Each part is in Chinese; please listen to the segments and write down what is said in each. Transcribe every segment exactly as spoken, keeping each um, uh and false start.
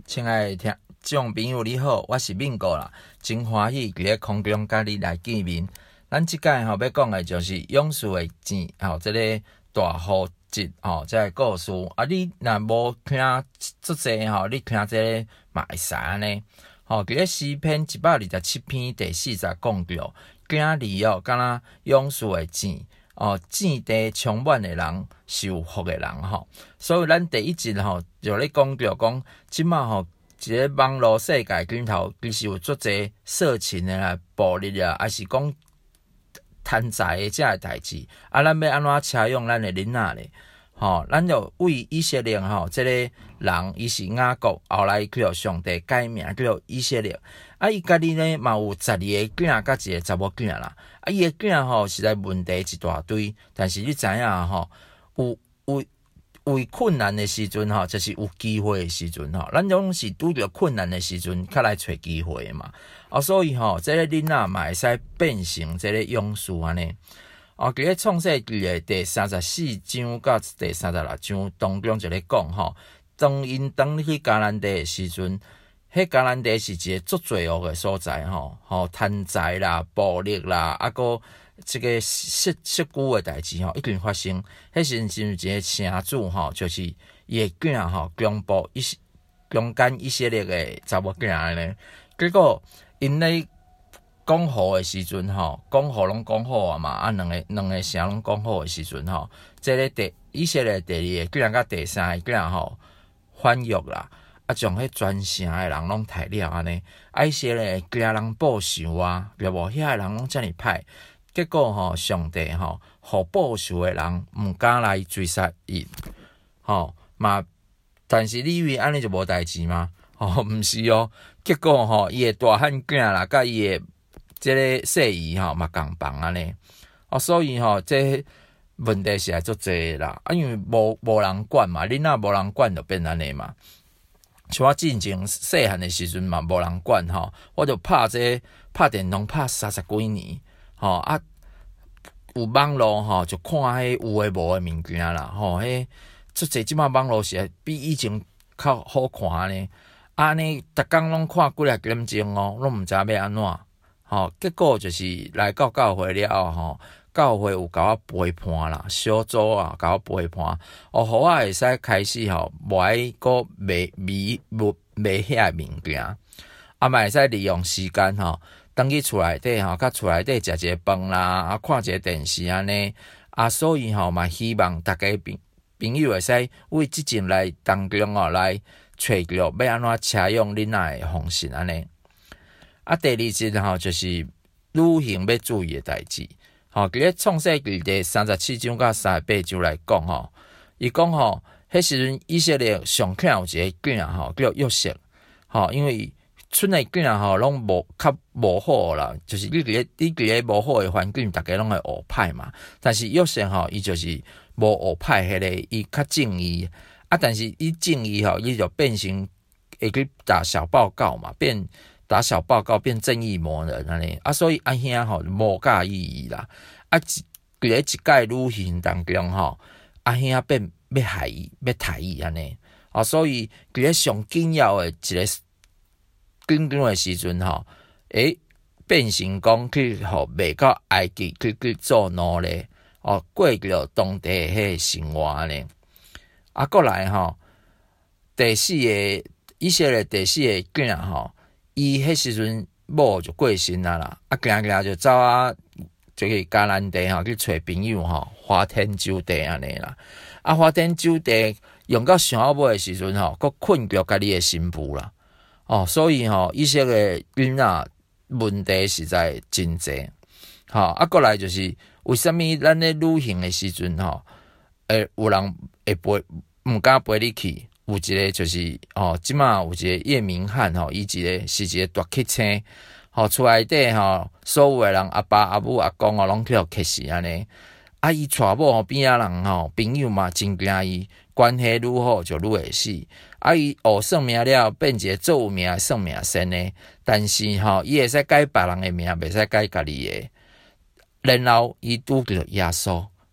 亲爱的听众朋友你好，我是敏哥啦，真欢喜伫咧空中甲你来见面。咱即届吼要讲的就是勇士的钱吼，即、这个大户节吼，即个故事啊，你若无听足济吼，你听即个嘛会使安尼。吼，伫咧诗篇一百二十七篇第四十讲到，囝儿哦，敢若勇士的钱。哦，钱地充满的人是有福的人吼，所以咱第一集吼就咧讲到讲，即马吼一个网络世界顶头，其实有足侪色情的啦、暴力啊，还是讲贪财的遮个代志。啊，咱要安怎车用咱的囡仔咧？吼，咱就为以色列吼，即、这个人伊是雅各，后来叫上帝改名叫以色列。啊，伊家己呢嘛有十二个囝甲一个查某囝啦。啊，伊个囝吼实在问题一大堆，但是你知影吼，有有有困难的时阵吼，就是有机会的时阵吼。咱总是拄着困难的时阵，较来找机会的嘛。啊，所以吼，即、这个囡仔嘛会使变成即个勇士安尼。啊，伫咧创世纪的第三十四章到第三十六章当中就咧讲吼，当因当去迦南地的时阵，迄迦南地是一个足罪恶的所在吼，吼贪财啦、暴力啦，啊个即个色色姑的代志吼，一定发生。迄时阵一个城主吼，就是伊的囝吼，强暴一强奸以色列的查某囝安尼，结果因咧讲好的时阵吼，讲好拢讲好啊嘛，啊两个两个城拢讲好的时阵吼，即个第以色列第二个囝甲第三个囝吼反约啦，啊将迄全城的人拢杀了安尼，啊以色列囝人报仇啊，对无？遐个人拢遮尔歹，结果吼上帝吼，互报仇的人毋敢来追杀伊，吼嘛，但是你以为安尼就无代志吗？吼毋是哦，结果吼伊的大汉囝啦，甲伊的即个细姨吼嘛共房安尼，哦，所以吼，这问题是来足济啦，啊，因为无无人管嘛，囡仔无人管就变安尼嘛。像我进前细汉的时阵嘛，无人管吼，我就拍这個、拍电动拍三十几年，吼啊，有网络吼就看迄有诶无诶物件啦，吼，迄足济即马网络是比以前较好看呢，安尼逐工拢看几啊点钟哦，拢毋知要安怎。吼，结果就是来到教会了吼，教会有甲我陪伴啦，小组啊甲我陪伴，哦，互我会使开始吼，无爱个卖卖卖卖遐物件，啊，嘛会使利用时间吼，当去厝内底吼，甲厝内底食一个饭啦，啊，看一个电视安尼，啊，所以吼嘛希望大家朋朋友会使为即阵来当中哦来找着要安怎车用恁仔的方式安尼。啊，第二节吼就是女性要注意的代志。吼，伫咧创世纪第三十七章到三十八章来讲吼，伊讲吼，迄时阵以色列上囝有一个囝吼，叫约瑟。吼，因为剩的囝吼拢无较无好啦，就是你伫咧你伫咧无好的环境，大家拢会学歹嘛。但是约瑟吼，伊就是无学歹迄个，伊较正义。啊，但是伊正义吼，伊就变成会去打小报告嘛，变。打小报告变正义魔人安尼啊，所以阿兄吼无介意义啦。啊，伫咧一届旅行当中吼，阿兄变要害伊，要杀伊安尼啊，所以伫咧上紧要的一个紧张的时阵吼，诶，变成讲去互卖到埃及去去做奴隶哦，过着当地迄个生活安尼。啊，过来吼，第四个以色列第四个囝吼。伊迄时阵某就过身啊啦，啊行行就走啊，就去迦南地吼去找朋友吼，花天酒地安尼啦。啊，花天酒地用到上尾的时阵吼，佫困着家己的新妇啦。哦，所以吼，以色列囡仔问题实在真济。吼，啊，过来就是为什么咱咧旅行的时阵吼，诶，有人会陪，毋敢陪你去。有一个就是哦，即马有一个叶明翰吼，伊一个是一个大客车，吼厝内底吼，所有诶人阿爸阿母阿公哦，拢去互客死安尼。啊，伊娶某吼边仔人吼，朋友嘛真惊伊，关系愈好就愈会死。啊，伊学算命了，变一个做有名算命先诶，但是吼，伊会使改别人诶名，袂使改家己诶。然后伊拄着耶稣，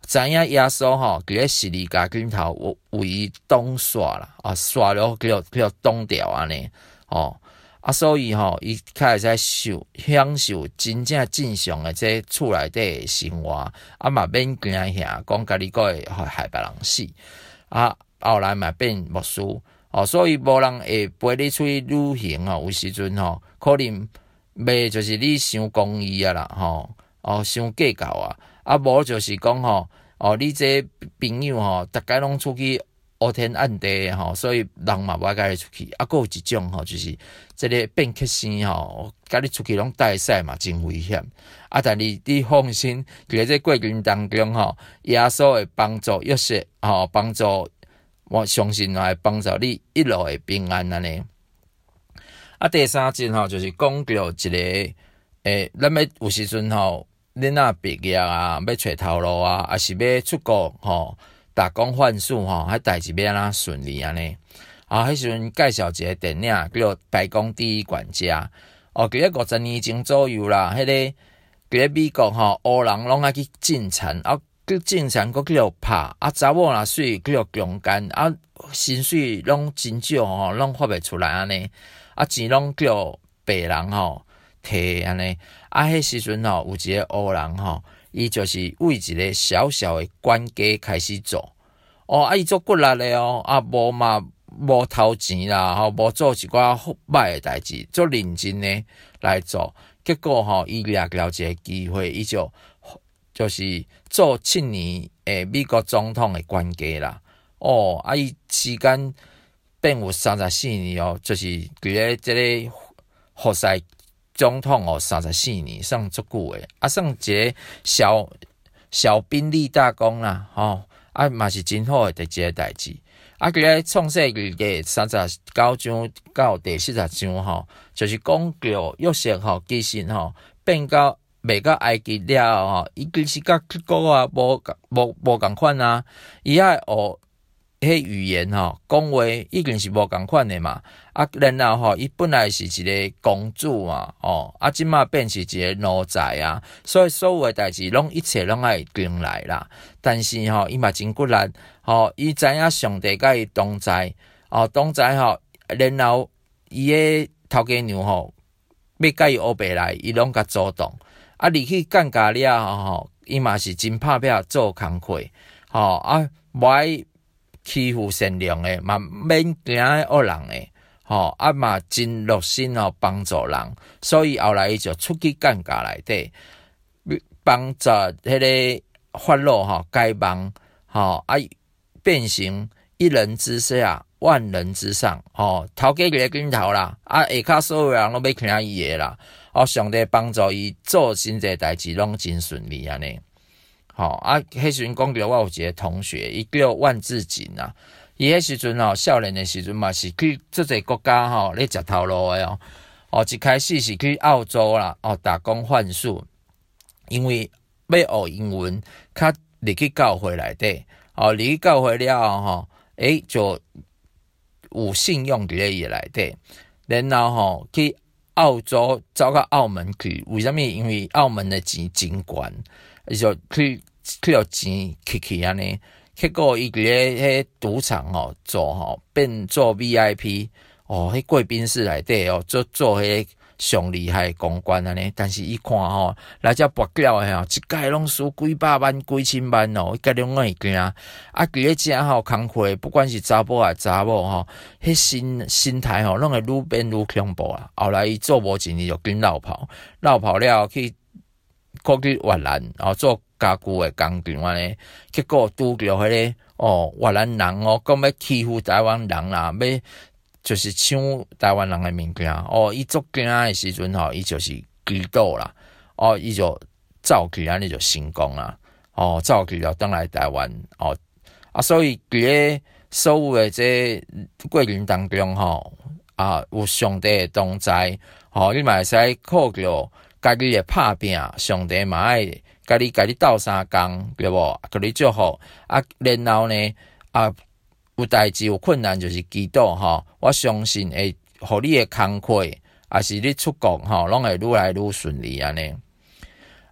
知影耶稣吼，伫咧十字架顶头有为伊挡煞啦，啊，煞了叫叫挡掉安尼，哦，啊，所以吼，伊开始受享受真正正常诶这厝内底诶生活，啊嘛免惊吓，讲家己个会害别人死，啊，后来嘛变牧师，哦，所以无人会陪你出去旅行吼，有时阵吼，可能袂就是你伤公义啊啦，吼，哦，伤计较啊。啊，无就是讲吼，哦，你这朋友吼，逐家拢出去乌天暗地吼，所以人嘛无爱甲你出去。啊，还有一种吼，就是这个变克星吼，甲你出去拢带赛嘛，真危险。啊，但是你放心，伫这过程当中吼，耶稣会帮助约瑟吼，帮助我相信会帮助你一路会平安安尼。啊，第三节吼，就是讲到一个诶，咱要有时阵吼。恁若毕业啊，要找头路啊，还是要出国吼，打工换宿吼，迄代志要安怎顺利安尼？啊，迄时阵介绍一个电影叫做《白宫第一管家》，哦，伫咧五十年前左右啦，迄、那个伫咧美国吼，黑人拢爱去进产，啊，去进产佫叫做拍，啊，查某若水叫做强奸，啊，薪水拢真少吼，拢发袂出来安尼，啊，钱拢叫白人吼。摕安尼，啊，迄时阵吼有一个黑人吼，伊就是为一个小小的管家开始做，哦，啊，伊做骨力的哦，啊，无嘛无偷钱啦，吼，无做一寡歹的代志，做认真的来做，结果吼，伊掠到一个机会，伊就就是做七年诶美国总统的管家啦，哦，啊，伊时间变有三十四年哦，就是伫咧即个活塞。总统哦，三十四年算足久诶，啊，算一个小小兵立大功啦，吼、哦，啊嘛是真好诶，第一个代志。啊，佢咧创世纪嘅三十九章到第四十章吼，就是讲到约瑟吼，其实吼变到袂到埃及了吼，伊其实甲去国啊无无无共款啊，伊爱学。迄语言吼，讲话已经是无共款的嘛。啊，然后吼，伊本来是一个公主嘛，哦，啊，即马变是一个奴才啊，所以所有的代志拢一切拢爱经来啦。但是吼，伊嘛真骨力，吼，伊知影上帝甲伊同在，哦，同在吼，然后伊个头家娘吼，要甲伊学白来，伊拢甲主动。啊，入去干家了吼，伊嘛是真拍拼做工课，吼啊，无爱。欺负善良诶，嘛免惊恶人诶，吼啊嘛真热心哦，帮助人，所以后来伊就出去干家内底，帮助迄个法老吼改梦，吼啊变成一人之下，万人之上，吼头家个顶头啦，啊下骹所有人拢要听伊诶啦，哦上帝帮助伊做真侪代志拢真顺利安尼。吼、哦、啊！迄时阵讲到我有一个同学，伊叫万志锦啊。伊迄时阵吼，少年的时阵嘛是去这个国家吼咧食头路的哦。哦，一开始是去澳洲啦，哦打工换宿，因为要学英文，较入去教会内底，哦入去教会了吼、哦，诶就有信用伫咧伊内底，然后吼去澳洲走到澳门去，为什么？因为澳门的钱真悬。伊就去去有钱去去安尼，结果伊伫咧迄赌场吼做吼，变做 V I P 哦，迄贵宾室内底哦，做做迄上厉害公关安尼。但是伊看吼，来遮博缴诶吼，一届拢输几百万、几千万哦，伊家拢会惊。啊，伫咧遮吼工课，不管是查甫还查某吼，迄心心态吼，拢会愈变愈恐怖啦。后来伊做无一年就跟落跑，落跑了去。过去越南哦做家具的工厂安尼，结果拄着迄个哦越南人哦，讲要欺负台湾人啦，要就是抢台湾人的物件哦，伊足惊的时阵吼，伊就是举倒啦，哦，伊就走去安尼就成功啦，哦，走去了登来台湾哦，啊，所以伫咧所有的这过程当中吼，啊，有上帝的同在，吼，你嘛会使靠着。家己的拍拼，上帝嘛爱家己家己斗相共，对无？甲你祝福啊，然后呢啊，有代志有困难就是祈祷吼，我相信会互你的工课，还是你出国吼，拢会愈来愈顺利安尼。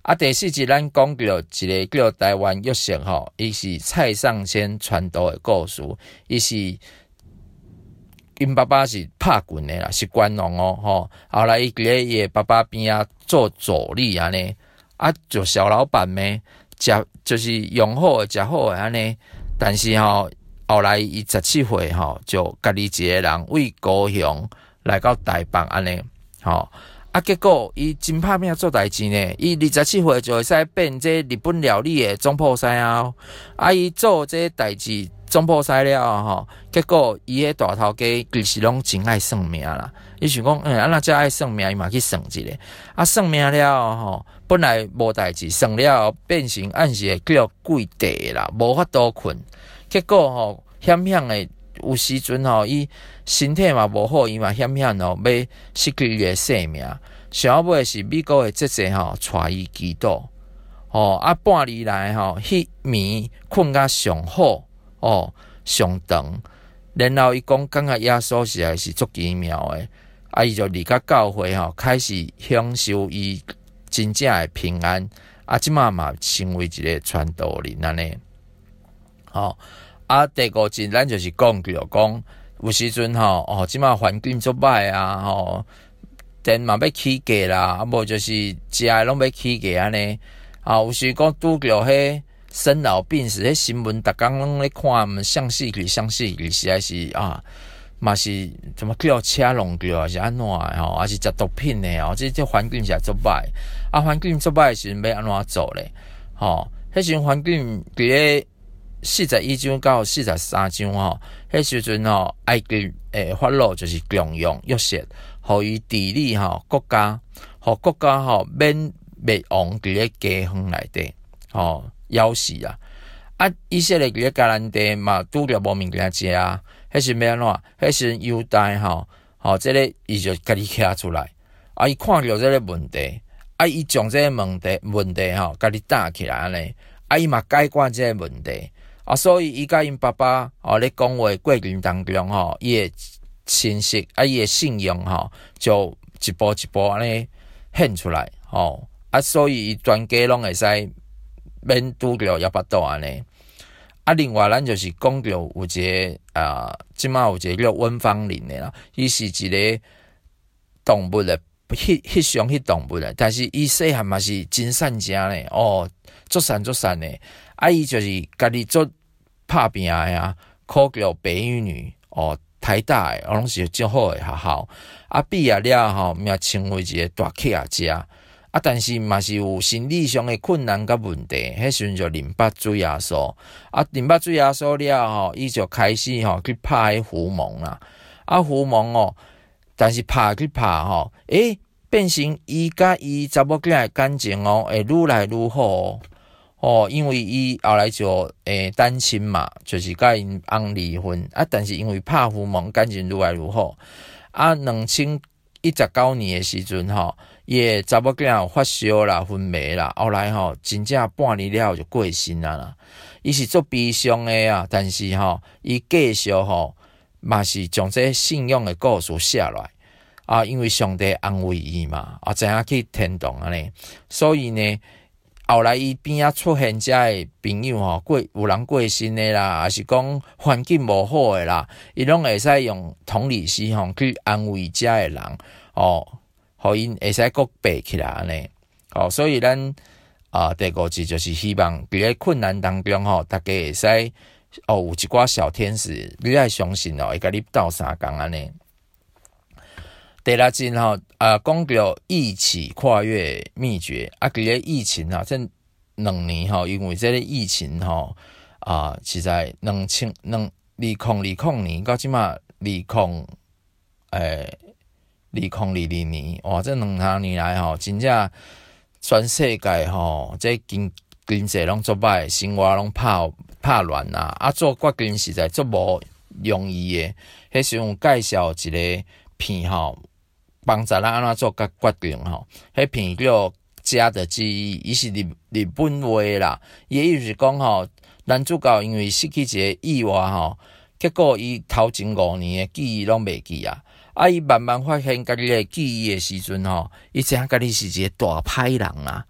啊，第四集咱讲到一个叫台湾玉成吼，伊是蔡尚谦传道的故事，伊是因爸爸是拍拳的啦，是关农哦吼。后来伊伫伊的爸爸边啊做助理安尼，啊就小老板咩，食就是用好的食好的安尼。但是吼，后来伊十七岁吼，就家己一个人为高雄来到台北安尼，吼。啊，结果伊真拍拼做代志呢。伊二十七岁就会使变这日本料理的总铺师啊。啊，伊做这代志总铺师了吼，结果伊迄大头家其实拢真爱算命啦。伊想讲，嗯，啊那遮爱算命，伊嘛去算一个。啊，算命了吼，本来无代志，算了变成暗时会叫跪地啦，无法度困。结果吼，险险的。有时阵吼，伊身体嘛无好，伊嘛险险吼要失去伊的性命。想要尾是美国的姐姐吼带伊祈祷，哦啊半年来吼，迄暝困甲上好，哦上长。然后伊讲，感觉耶稣实在是足奇妙的，啊伊就离开教会吼，开始享受伊真正的平安。啊，即马嘛成为一个传道人安尼，吼。啊，第五集咱就是讲着讲，有时阵吼，哦，即马环境足歹啊，吼，电嘛要起价啦，啊无就是食诶拢要起价安尼。啊，有时讲拄着迄生老病死，迄新闻逐工拢咧看，相死去相死去，实在是啊，嘛是怎么叫车弄着啊，是安怎诶吼，还是食毒品诶吼，即即环境实在足歹。啊，环境足歹诶时阵要安怎做咧？吼，迄时环境伫咧。四十一章到四十三章吼，迄时阵吼，埃及诶法老就是强用约瑟，互伊治理吼国家，互国家吼免灭亡伫咧饥荒内底，吼夭死啊！啊，以色列伫咧迦南地嘛拄着无物件食啊，迄时要安怎？迄时犹大吼，吼即个伊就家己徛出来，啊，伊看着即个问题，啊，伊将即个问题问题吼，家己担起来安尼，啊，伊嘛解决即个问题。啊，所以伊甲因爸爸哦咧讲话过程当中吼，伊诶信息啊，伊诶信用吼，就一步一步安尼显出来吼。啊，所以伊全家拢会使免拄着亚巴肚安尼。啊，另外咱就是讲着有一个啊，即马有一个叫温芳林诶啦，伊是一个动物诶，迄迄种迄动物诶，但是伊细汉嘛是真善良诶，哦，足善足善诶。啊，伊就是家己做拍拼诶啊，考叫北一女哦，台大诶，拢是足好诶学校。啊，毕业了吼，也成为一个大企业家。啊，但是嘛是有心理上诶困难甲问题，迄时阵就淋巴水压缩。啊，淋巴水压缩了吼，伊就开始吼去拍迄狐獴啦。啊，狐獴哦，但是拍去拍吼，诶，变成伊甲伊查某囝诶感情哦，会愈来愈好哦。哦，因为伊后来就诶单亲嘛，就是甲因翁离婚啊。但是因为拍狐獴，感情愈来愈好。啊，两千一十九年诶时阵吼，伊诶查某囝有发烧啦、昏迷啦，后来吼真正半年了后就过身啦啦。伊是做悲伤诶啊，但是吼伊继续吼嘛是将这信仰诶故事写落来啊，因为上帝安慰伊嘛，啊知影去天堂安尼，所以呢。后来伊边仔出现遮诶朋友吼，过有人过身诶啦，还是讲环境无好诶啦，伊拢会使用同理心吼去安慰遮诶人哦，互因会使阁爬起来安尼。哦，所以咱啊、呃、第五集就是希望伫咧困难当中吼，大家会使哦有一寡小天使，你爱相信哦，会甲你斗相共安尼。第六集吼，啊，讲到疫起跨越秘诀啊，伫咧疫情哈，这两年吼，因为这个疫情吼啊，是在两千两二零二零年到即马二零诶二零二二年，哇，这两三年来吼，真正全世界吼，这经经济拢做歹，生活拢拍拍乱啦，啊，做决定实在做无容易诶。迄时有介绍一个片吼。帮助咱安怎做甲决定吼？迄片叫《家的记忆》，伊是日日本话啦。伊意思是讲吼，男主角因为失去一个意外吼，结果伊头前五年诶记忆拢袂记啊。啊，伊慢慢发现家己诶记忆诶时阵吼，伊知影家己是一个大歹人啦。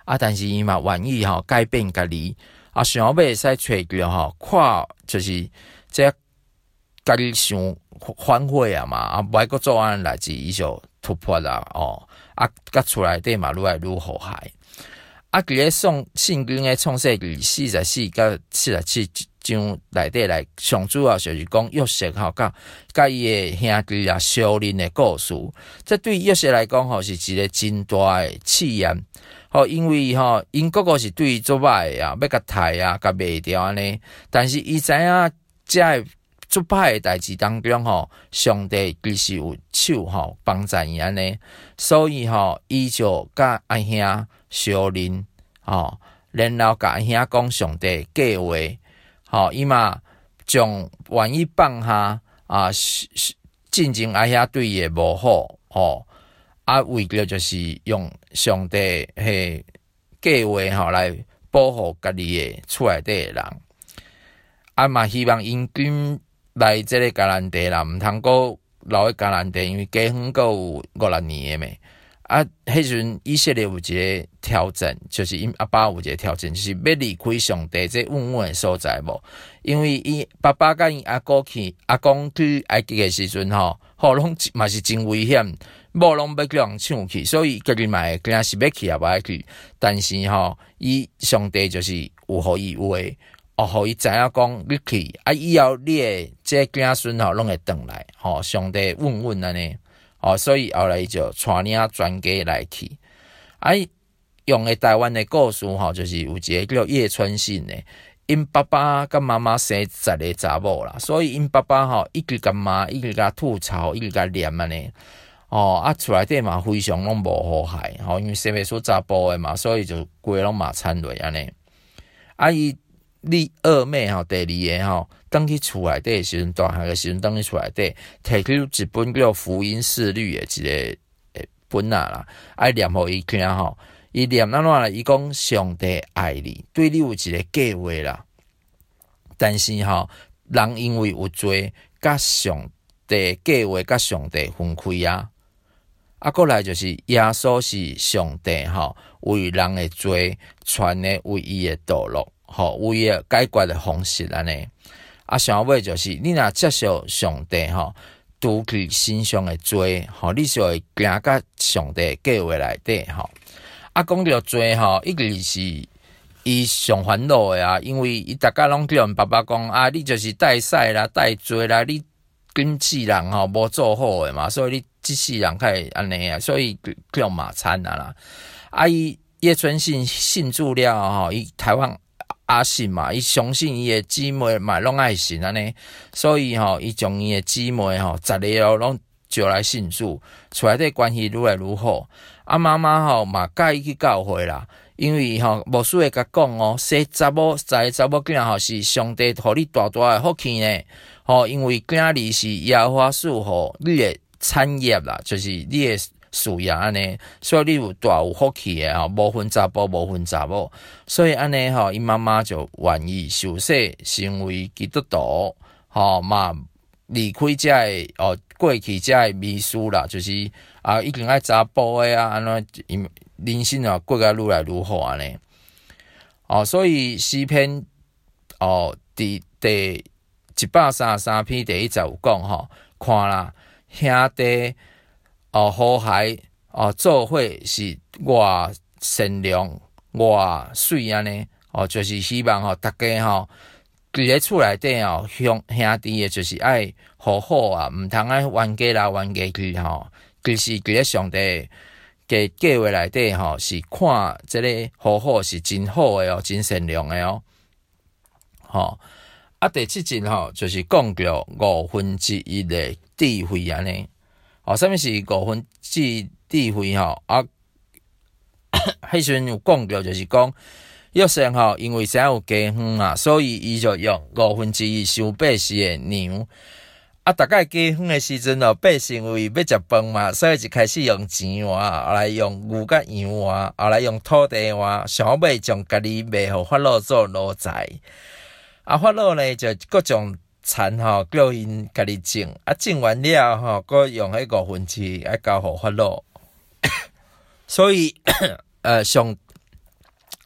啊，但是伊嘛愿意吼改变家己，啊，想要会使找着吼，看就是这家己想反悔啊嘛，啊，袂阁做安代志，伊就突破啦，哦，啊，甲厝内底嘛愈来愈和谐。啊，伫咧创圣经诶创世纪四十四到四十七章内底来，上主要就是讲约瑟吼，甲甲伊诶兄弟啊相认诶故事。这对约瑟来讲吼，是一个真大诶试验。吼，因为吼，因哥哥是对伊做歹啊，要甲杀啊，甲卖掉安尼。但是伊知影遮做歹诶代志当中吼，上帝其实有手吼帮助伊安尼，所以吼，伊就甲阿兄相认，吼，然后甲阿兄讲上帝计划，吼，伊嘛将愿意放下啊，进前阿兄对伊诶无好，吼，啊，为了就是用上帝迄计划吼来保护家己诶厝内底诶人，啊嘛希望因君来即个加兰地啦，毋通阁留喺加兰地，因为加远阁有五六年诶咩。啊，迄阵以色列有一个挑战，就是因阿爸有一个挑战，就是要离开上帝这稳稳诶所在无。因为伊爸爸甲因阿哥去阿公去埃及诶时阵吼，吼拢嘛是真危险，某拢要叫人抢去，所以家己嘛会惊是要去也歹去。但是吼，伊上帝就是有互伊话。哦，互伊知影讲你去，啊以后你诶这子孙吼拢会转来，吼上帝稳稳安尼，哦，所以后来就带领全家来去。啊，用诶台湾诶故事吼，就是有一个叫叶春信诶，因爸爸甲妈妈生十个查某啦，所以因爸爸吼一直甲骂，一直甲吐槽，一直甲念安尼。哦，啊厝内底嘛非常拢无和谐，吼，因为生袂出查甫诶嘛，所以就规拢嘛惨落安尼。啊伊。你二妹吼，第二个吼，当去厝内底诶时阵，大汉诶时阵，当去厝内底，摕起一本叫《福音四律》诶一个诶本啊啦，爱念互伊听吼，伊念安怎啦？伊讲上帝爱你，对你有一个计划啦。但是吼，人因为有罪，甲上帝计划甲上帝分开啊。啊，过来就是耶稣是上帝吼，为人诶罪传诶唯一诶道路。吼，为了解决的方式安尼，啊，上尾就是你若接受上帝吼，拄去身上的罪，吼，你就会行到上帝计划内底吼。啊，讲到罪吼，一直是伊上烦恼的啊，因为伊逐家拢叫人爸爸讲啊，你就是带屎啦、带罪啦，你跟世人吼无做好的嘛，所以你即世人较会安尼啊，所以叫骂惨啊啦。啊，伊叶春信信主了吼，伊台湾。阿信嘛，伊相信伊诶姊妹嘛拢爱信安尼，所以吼，伊将伊诶姊妹吼，十个哦拢招来信主，厝内底关系愈来愈好。啊，妈妈吼嘛介意去教会啦，因为吼牧师会甲讲哦，生查某生查某囝吼是上帝互你大大诶福气呢。吼，因为囝儿是耶和华赐互你诶产业啦，就是你诶。事业安尼，所以你有大有福气诶吼，无分查甫无分查某，所以安尼吼，伊妈妈就愿意受洗成为基督徒，吼嘛离开遮诶哦过去遮诶迷思啦，就是啊已经爱查甫诶啊，安怎因人生啊过甲愈来愈好安尼，哦，所以诗篇哦第第一百三十三篇第一节有讲吼，看啦兄弟。哦，和谐哦，做伙是偌善良、偌水安尼哦，就是希望吼、哦，大家吼伫咧厝内底哦，兄兄弟诶，就是爱好好啊，毋通爱冤家来冤家去吼。其实伫咧上帝嘅计划内底吼，是看即个好好是真好诶哦，真善良诶哦。吼、哦、啊，第七节吼、哦，就是讲到五分之一诶智慧安尼。哦，啥物是五分之智慧吼？啊，迄时阵有讲到，就是讲约瑟吼，因为啥有家远啊，所以伊就用五分之一收百姓的牛。啊，大概家远的时阵哦，百姓为要食饭嘛，所以就开始用钱换，后来用牛甲羊换，后来用土地换，想要尾将家己卖互法老做奴才。啊，法老呢就各种。田吼叫因家己种，啊种完了吼，佮用迄五分之爱交互法老，所以呃上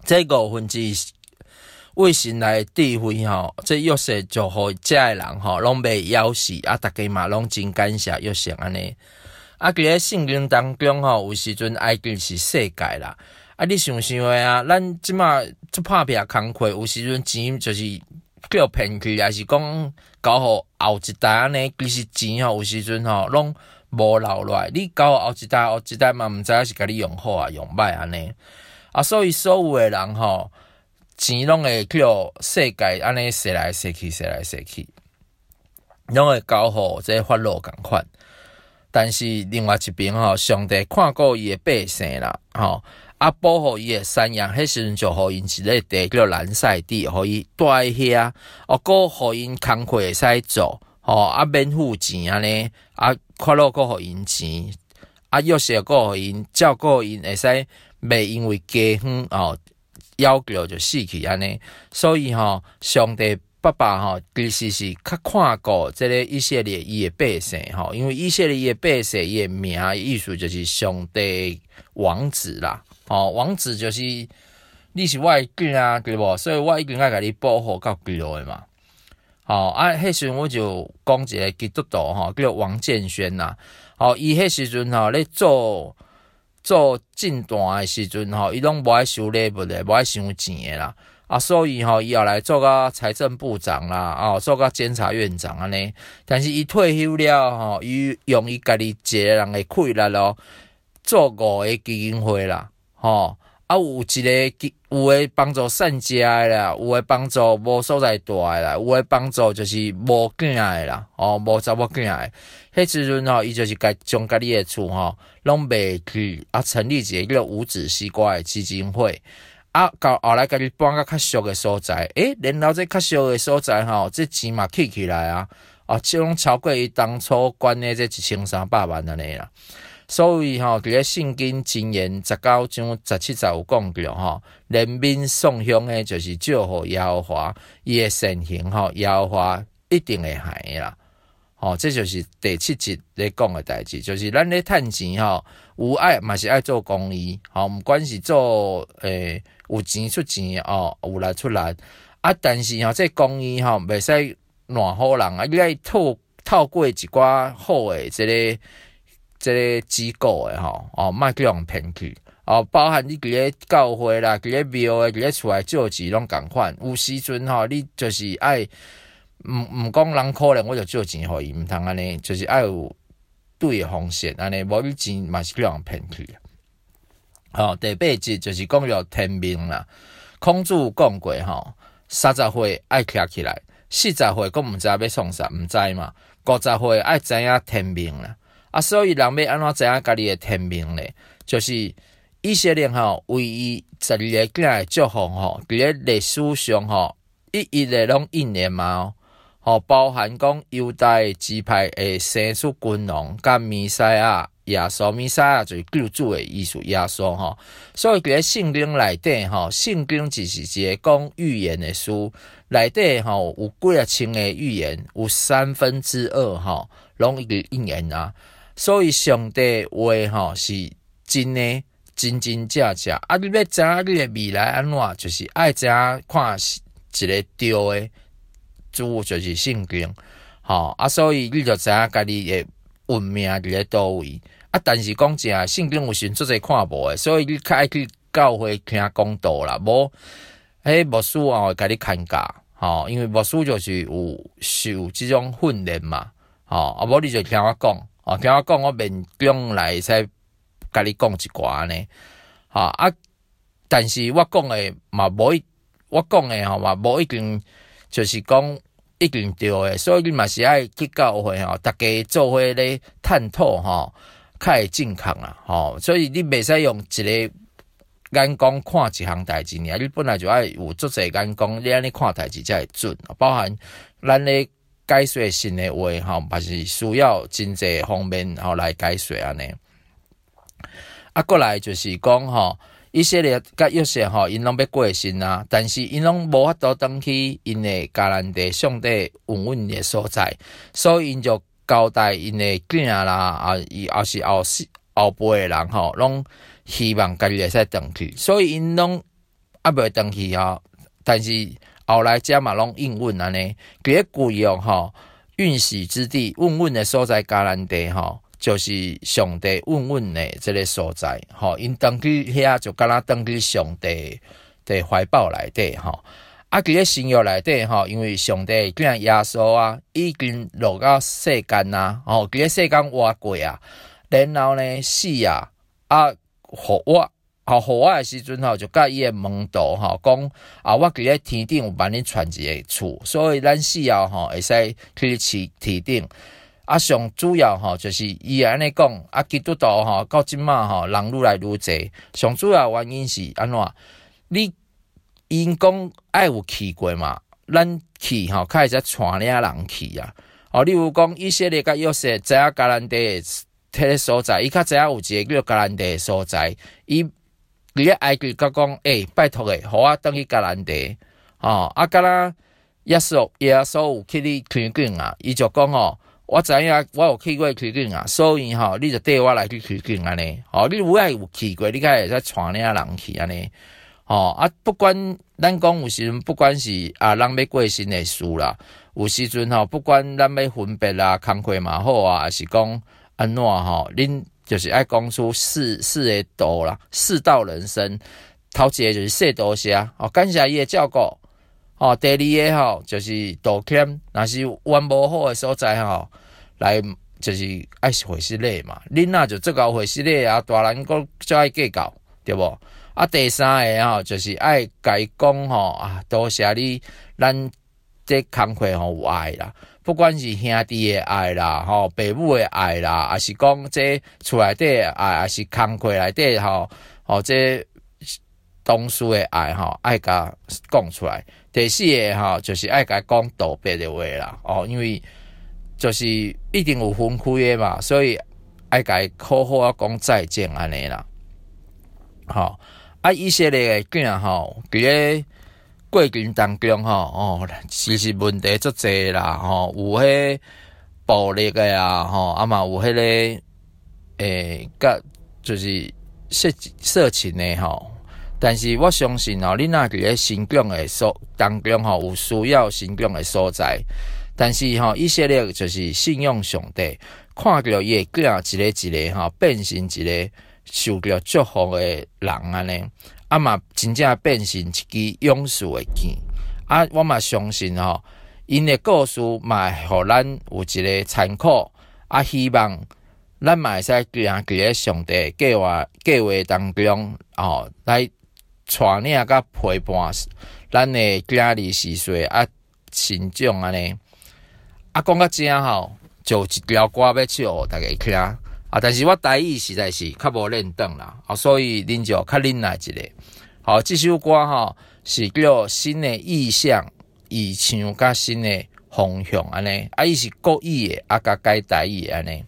这五分之为神来智慧吼，这约瑟就互遮诶人吼，拢袂枵死啊！大家嘛拢真感谢约瑟安尼。啊，伫咧圣经当中吼，有时阵埃及是世界啦。啊，你想想诶啊，咱即马做拍拼工课，有时阵钱就是叫骗去，还是讲交互后一代安尼，其实钱吼有时阵吼拢无留落来。你交互后一代，后一代嘛毋知影是甲你用好啊，用歹安尼。啊，所以所有诶人吼。钱拢会叫世界安尼踅来踅去，踅来踅去，拢会交互这法老共款。但是另外一边吼，上帝看顾伊诶百姓啦，吼啊保护伊诶山羊，迄时阵就互因一个地叫蓝塞地，互伊住喺遐，哦，搁互因工课会使做，吼啊免付钱安尼，啊法老搁互因钱，啊约瑟搁互因照顾因会使袂因为饥荒哦。要求就死去安尼，所以吼，上帝爸爸吼，其实是较看顾即个以色列伊诶百姓吼，因为以色列伊诶百姓伊诶名意思就是上帝王子啦，吼，王子就是你是我诶囝啊，对无？所以我一定爱甲你保护到几落诶嘛。吼啊，迄时阵我就讲一个基督徒吼，叫王建轩啦，吼，伊迄时阵吼咧做。做进段诶时阵吼，伊拢无爱收礼物诶，无爱收钱诶啦。啊，所以吼，伊后来做个财政部长啦，哦，做个监察院长安尼。但是伊退休了吼，伊用伊家己一个人诶气力咯，做五个基金会啦，吼。啊，有一个有诶帮助善家诶啦，有诶帮助无所在住诶啦，有诶帮助就是无囝诶啦，哦，无查某囝诶。迄时阵吼，伊就是家将家己诶厝吼，拢卖去啊，成立一个叫五子西瓜诶基金会。啊，到后来家己搬到较俗诶所在，诶，然后这较俗诶所在吼，这钱嘛起起来啊，啊，即拢超过伊当初管诶这一千三百万安尼啦。所以吼，伫咧圣经箴言十九章十七节有讲着吼，人民送香诶，就是祝福耶和华，伊诶善行吼，耶和华一定会还啦。吼，这就是第七节咧讲诶代志，就是咱咧趁钱吼，有爱嘛是爱做公益，吼，毋管是做诶、呃、有钱出钱哦，有力出力啊，但是吼，这公益吼袂使乱好人啊，你爱透透过一寡好诶，即、这个。即个机构诶吼，哦，莫去人骗去，哦，包含你伫咧教会啦，伫咧庙诶，伫咧厝内借钱拢共款。有时阵吼，你就是爱，毋毋讲人可能我就借钱互伊，毋通安尼，就是爱有对诶方式，安尼无你钱嘛是去人骗去。哦，第八节就是讲了天命啦，孔子讲过吼，三十岁爱徛起来，四十岁佫毋知要创啥，毋知嘛，五十岁爱知影天命啦。啊，所以人要安怎知影家己诶天命咧？就是以色列吼，为伊十二个囝诶祝福吼，伫咧历史上吼，一一咧拢应验嘛吼，包含讲犹大支派会生出君王，甲弥赛亚、耶稣，弥赛亚就是救主诶意思，耶稣吼。所以伫咧圣经内底吼，圣经就是一个讲预言诶书，内底吼有几啊千个预言，有三分之二吼拢一个应验啊。所以上帝话吼是真诶，真真正正。啊，你要知影你诶未来安怎，就是爱知影看一个对诶主，就是圣经。吼啊，所以你就知影家己诶运命伫咧倒位。啊，但是讲真，圣经有时做者看无诶，所以你较爱去教会听讲道啦，无迄牧师啊会甲你牵教，吼，因为牧师就是有受即种训练嘛，吼，啊，无你就听我讲。哦，听我讲，我面中来使甲你讲一寡安尼，哈啊！但是我讲诶嘛无一，我讲诶吼嘛无一定就是讲一定对诶，所以你嘛是爱去教会吼，大家做伙咧探讨吼，较会正确啦，吼！所以你袂使用一个眼光看一项代志尔，你本来就爱有足侪眼光，你安尼看代志才会准，包含咱咧。解说新的话吼，嘛是需要真济方面吼来解说安尼。啊，过来就是讲吼，以色列甲约瑟吼，因拢要过身啊，但是因拢无法度登去因的迦南地上帝稳稳的所在，所以因就交代因的囝啦，啊，伊也是后后辈的人吼，拢希望家己会使登去，所以因拢啊袂回去吼，但是后来遮嘛拢应允安尼，伫咧贵哦吼，允许之地，稳稳的所在，迦南地吼，就是上帝稳稳的这个所在，吼，因登去遐就敢若登去上帝的怀抱内底吼。啊，伫咧新约内底吼，因为上帝囝耶稣啊，已经落到世间啊，吼，伫咧世间活过啊，然后呢死啊，啊，互我，吼，互我诶时阵吼，就甲伊诶门徒吼讲，啊，我伫咧天顶有帮你传一个厝，所以咱死后吼会使去去天顶。啊，上主要吼就是伊安尼讲，啊，基督徒吼到即马吼人愈来愈济，上主要原因是安怎？你因讲爱有去过嘛，咱去吼，较会使带领人去啊。哦，例如讲以色列甲约瑟知影迦南地迄个所在，伊较知影有一个叫迦南地的所在。伊伫咧埃及甲讲，诶、欸，拜托诶，互我转去迦南地。哦，啊，敢若耶稣耶稣有去你开卷啊，伊就讲哦，我知影我有去过开卷啊，所以吼、哦，你就缀我来去开卷安尼。哦，你有爱有去过，你较会使带领人去安尼。哦啊，不管咱讲有时阵，不管是啊人要过身的事啦，有时阵吼，不管咱要分别啦、工课嘛好啊，还是讲安怎吼，恁就是爱讲出四四个道啦，四道人生。头一个就是说多谢，哦，感谢伊的照顾。哦，第二个吼就是道歉，若是冤无好的所在吼，来就是爱回失礼嘛。恁若就做到回失礼啊，大人阁就爱计较，对无？啊，第三个吼，就是爱甲伊讲吼啊，多谢你，咱这工课吼有爱啦，不管是兄弟的爱啦，吼父母的爱啦，还是讲这厝内底的爱，还是工课内底吼，吼这同事的爱吼，爱甲讲出来。第四个吼，就是爱甲讲道别的话啦，哦，因为就是一定有分开的嘛，所以爱甲伊好好啊讲再见安尼啦，吼。啊，以色列的囝吼，伫咧过程当中吼，哦，其实问题足侪啦，吼，有迄暴力的啊，吼，啊嘛有迄、那个诶，甲就是色色情的吼。但是我相信吼，你若伫咧成长的所当中吼，有需要成长的所在，但是吼，以色列就是信用上帝，看到伊的囝一个一个吼，变成一个受到祝福的人安尼，啊嘛真正变成一支勇士的剑。啊，我嘛相信吼，因的故事嘛会互咱有一个参考。啊，希望咱嘛会使行伫咧上帝计划计划当中吼，来带领甲陪伴咱的囝儿四岁啊成长安尼。啊，讲到这吼，就一条歌要唱互大家听。啊，但是我台语实在是较无练转啦，啊，所以恁就较忍耐一下。好，这首歌吼是叫新的意象、意象甲新的方向安尼，啊，伊是国语的，啊，甲改台语的安尼。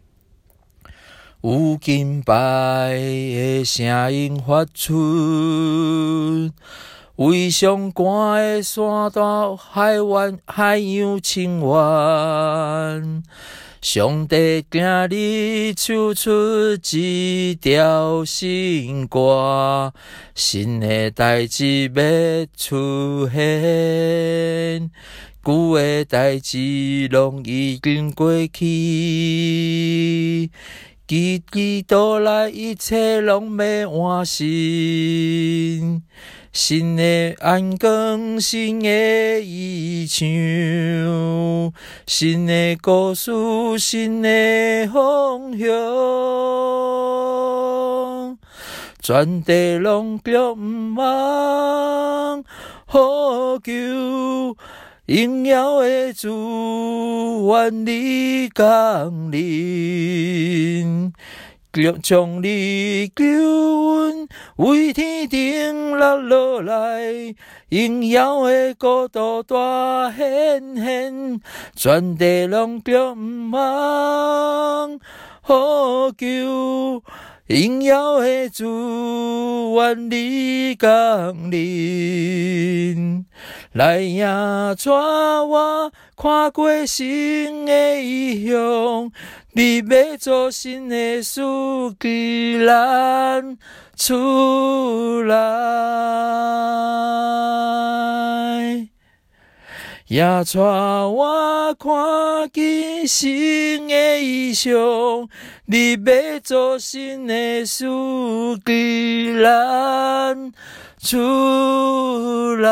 有金白的声音发出，为上寒的山大海湾海洋清远。上帝今日唱出一条新歌，新的代志要出现，旧的代志拢已经过去，基督来一切拢要完成。新的眼光，新的意象，新的故事，新的方向，全地拢叫毋忘呼求，荣耀的主愿你降临。将你救恩为天顶落落来，荣耀的国度大显现，全地拢叫毋忘呼求，荣耀的主愿你降临。来呀，带我看过新的异象， 你要做新的事，给咱出来。也带我看见新的意象，你要做新的事，给咱出来。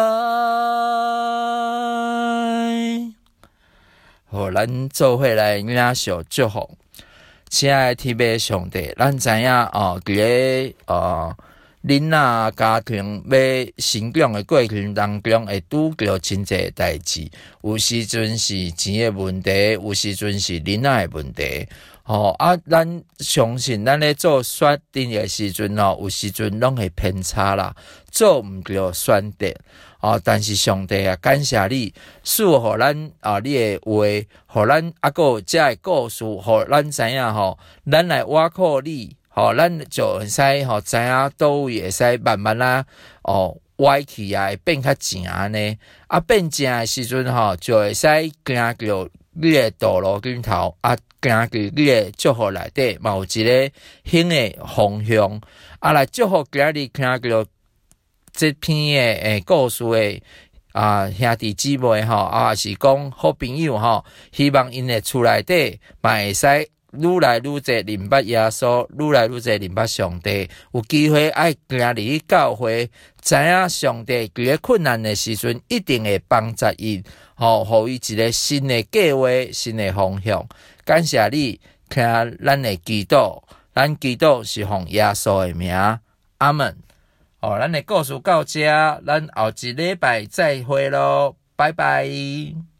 互咱做伙来领受祝福。亲爱的天父上帝，咱知影哦，伫咧哦。恁仔家庭要成长的过程当中，会拄着真侪代志，有时阵是钱的问题，有时阵是恁仔的问题。吼、哦、啊，咱相信咱咧做决定的时阵哦，有时阵拢会偏差啦，做毋着选择。哦，但是上帝啊，感谢你，赐互咱啊，你的话，互咱啊个有这个故事，互咱知影吼，咱来倚靠你。吼、哦，咱就会使吼知影倒位会使慢慢啦，哦，歪去啊，会变较正呢。啊，变正的时阵吼，就会使行着你的道路顶头，啊，行去你的祝福内底，嘛有一个新的方向。啊，来祝福今日听着这篇的诶故事的啊兄弟姊妹吼，啊是讲好朋友吼，希望因的厝内底嘛会使。愈来愈侪明白耶稣，愈来愈侪明白上帝。有机会爱行入去教会，知影上帝伫咧困难的时阵，一定会帮助伊，吼，互伊一个新的计划、新的方向。感谢你，听咱的祈祷，咱祈祷是奉耶稣的名，阿门。哦，咱的故事到这，咱后一礼拜再会咯，拜拜。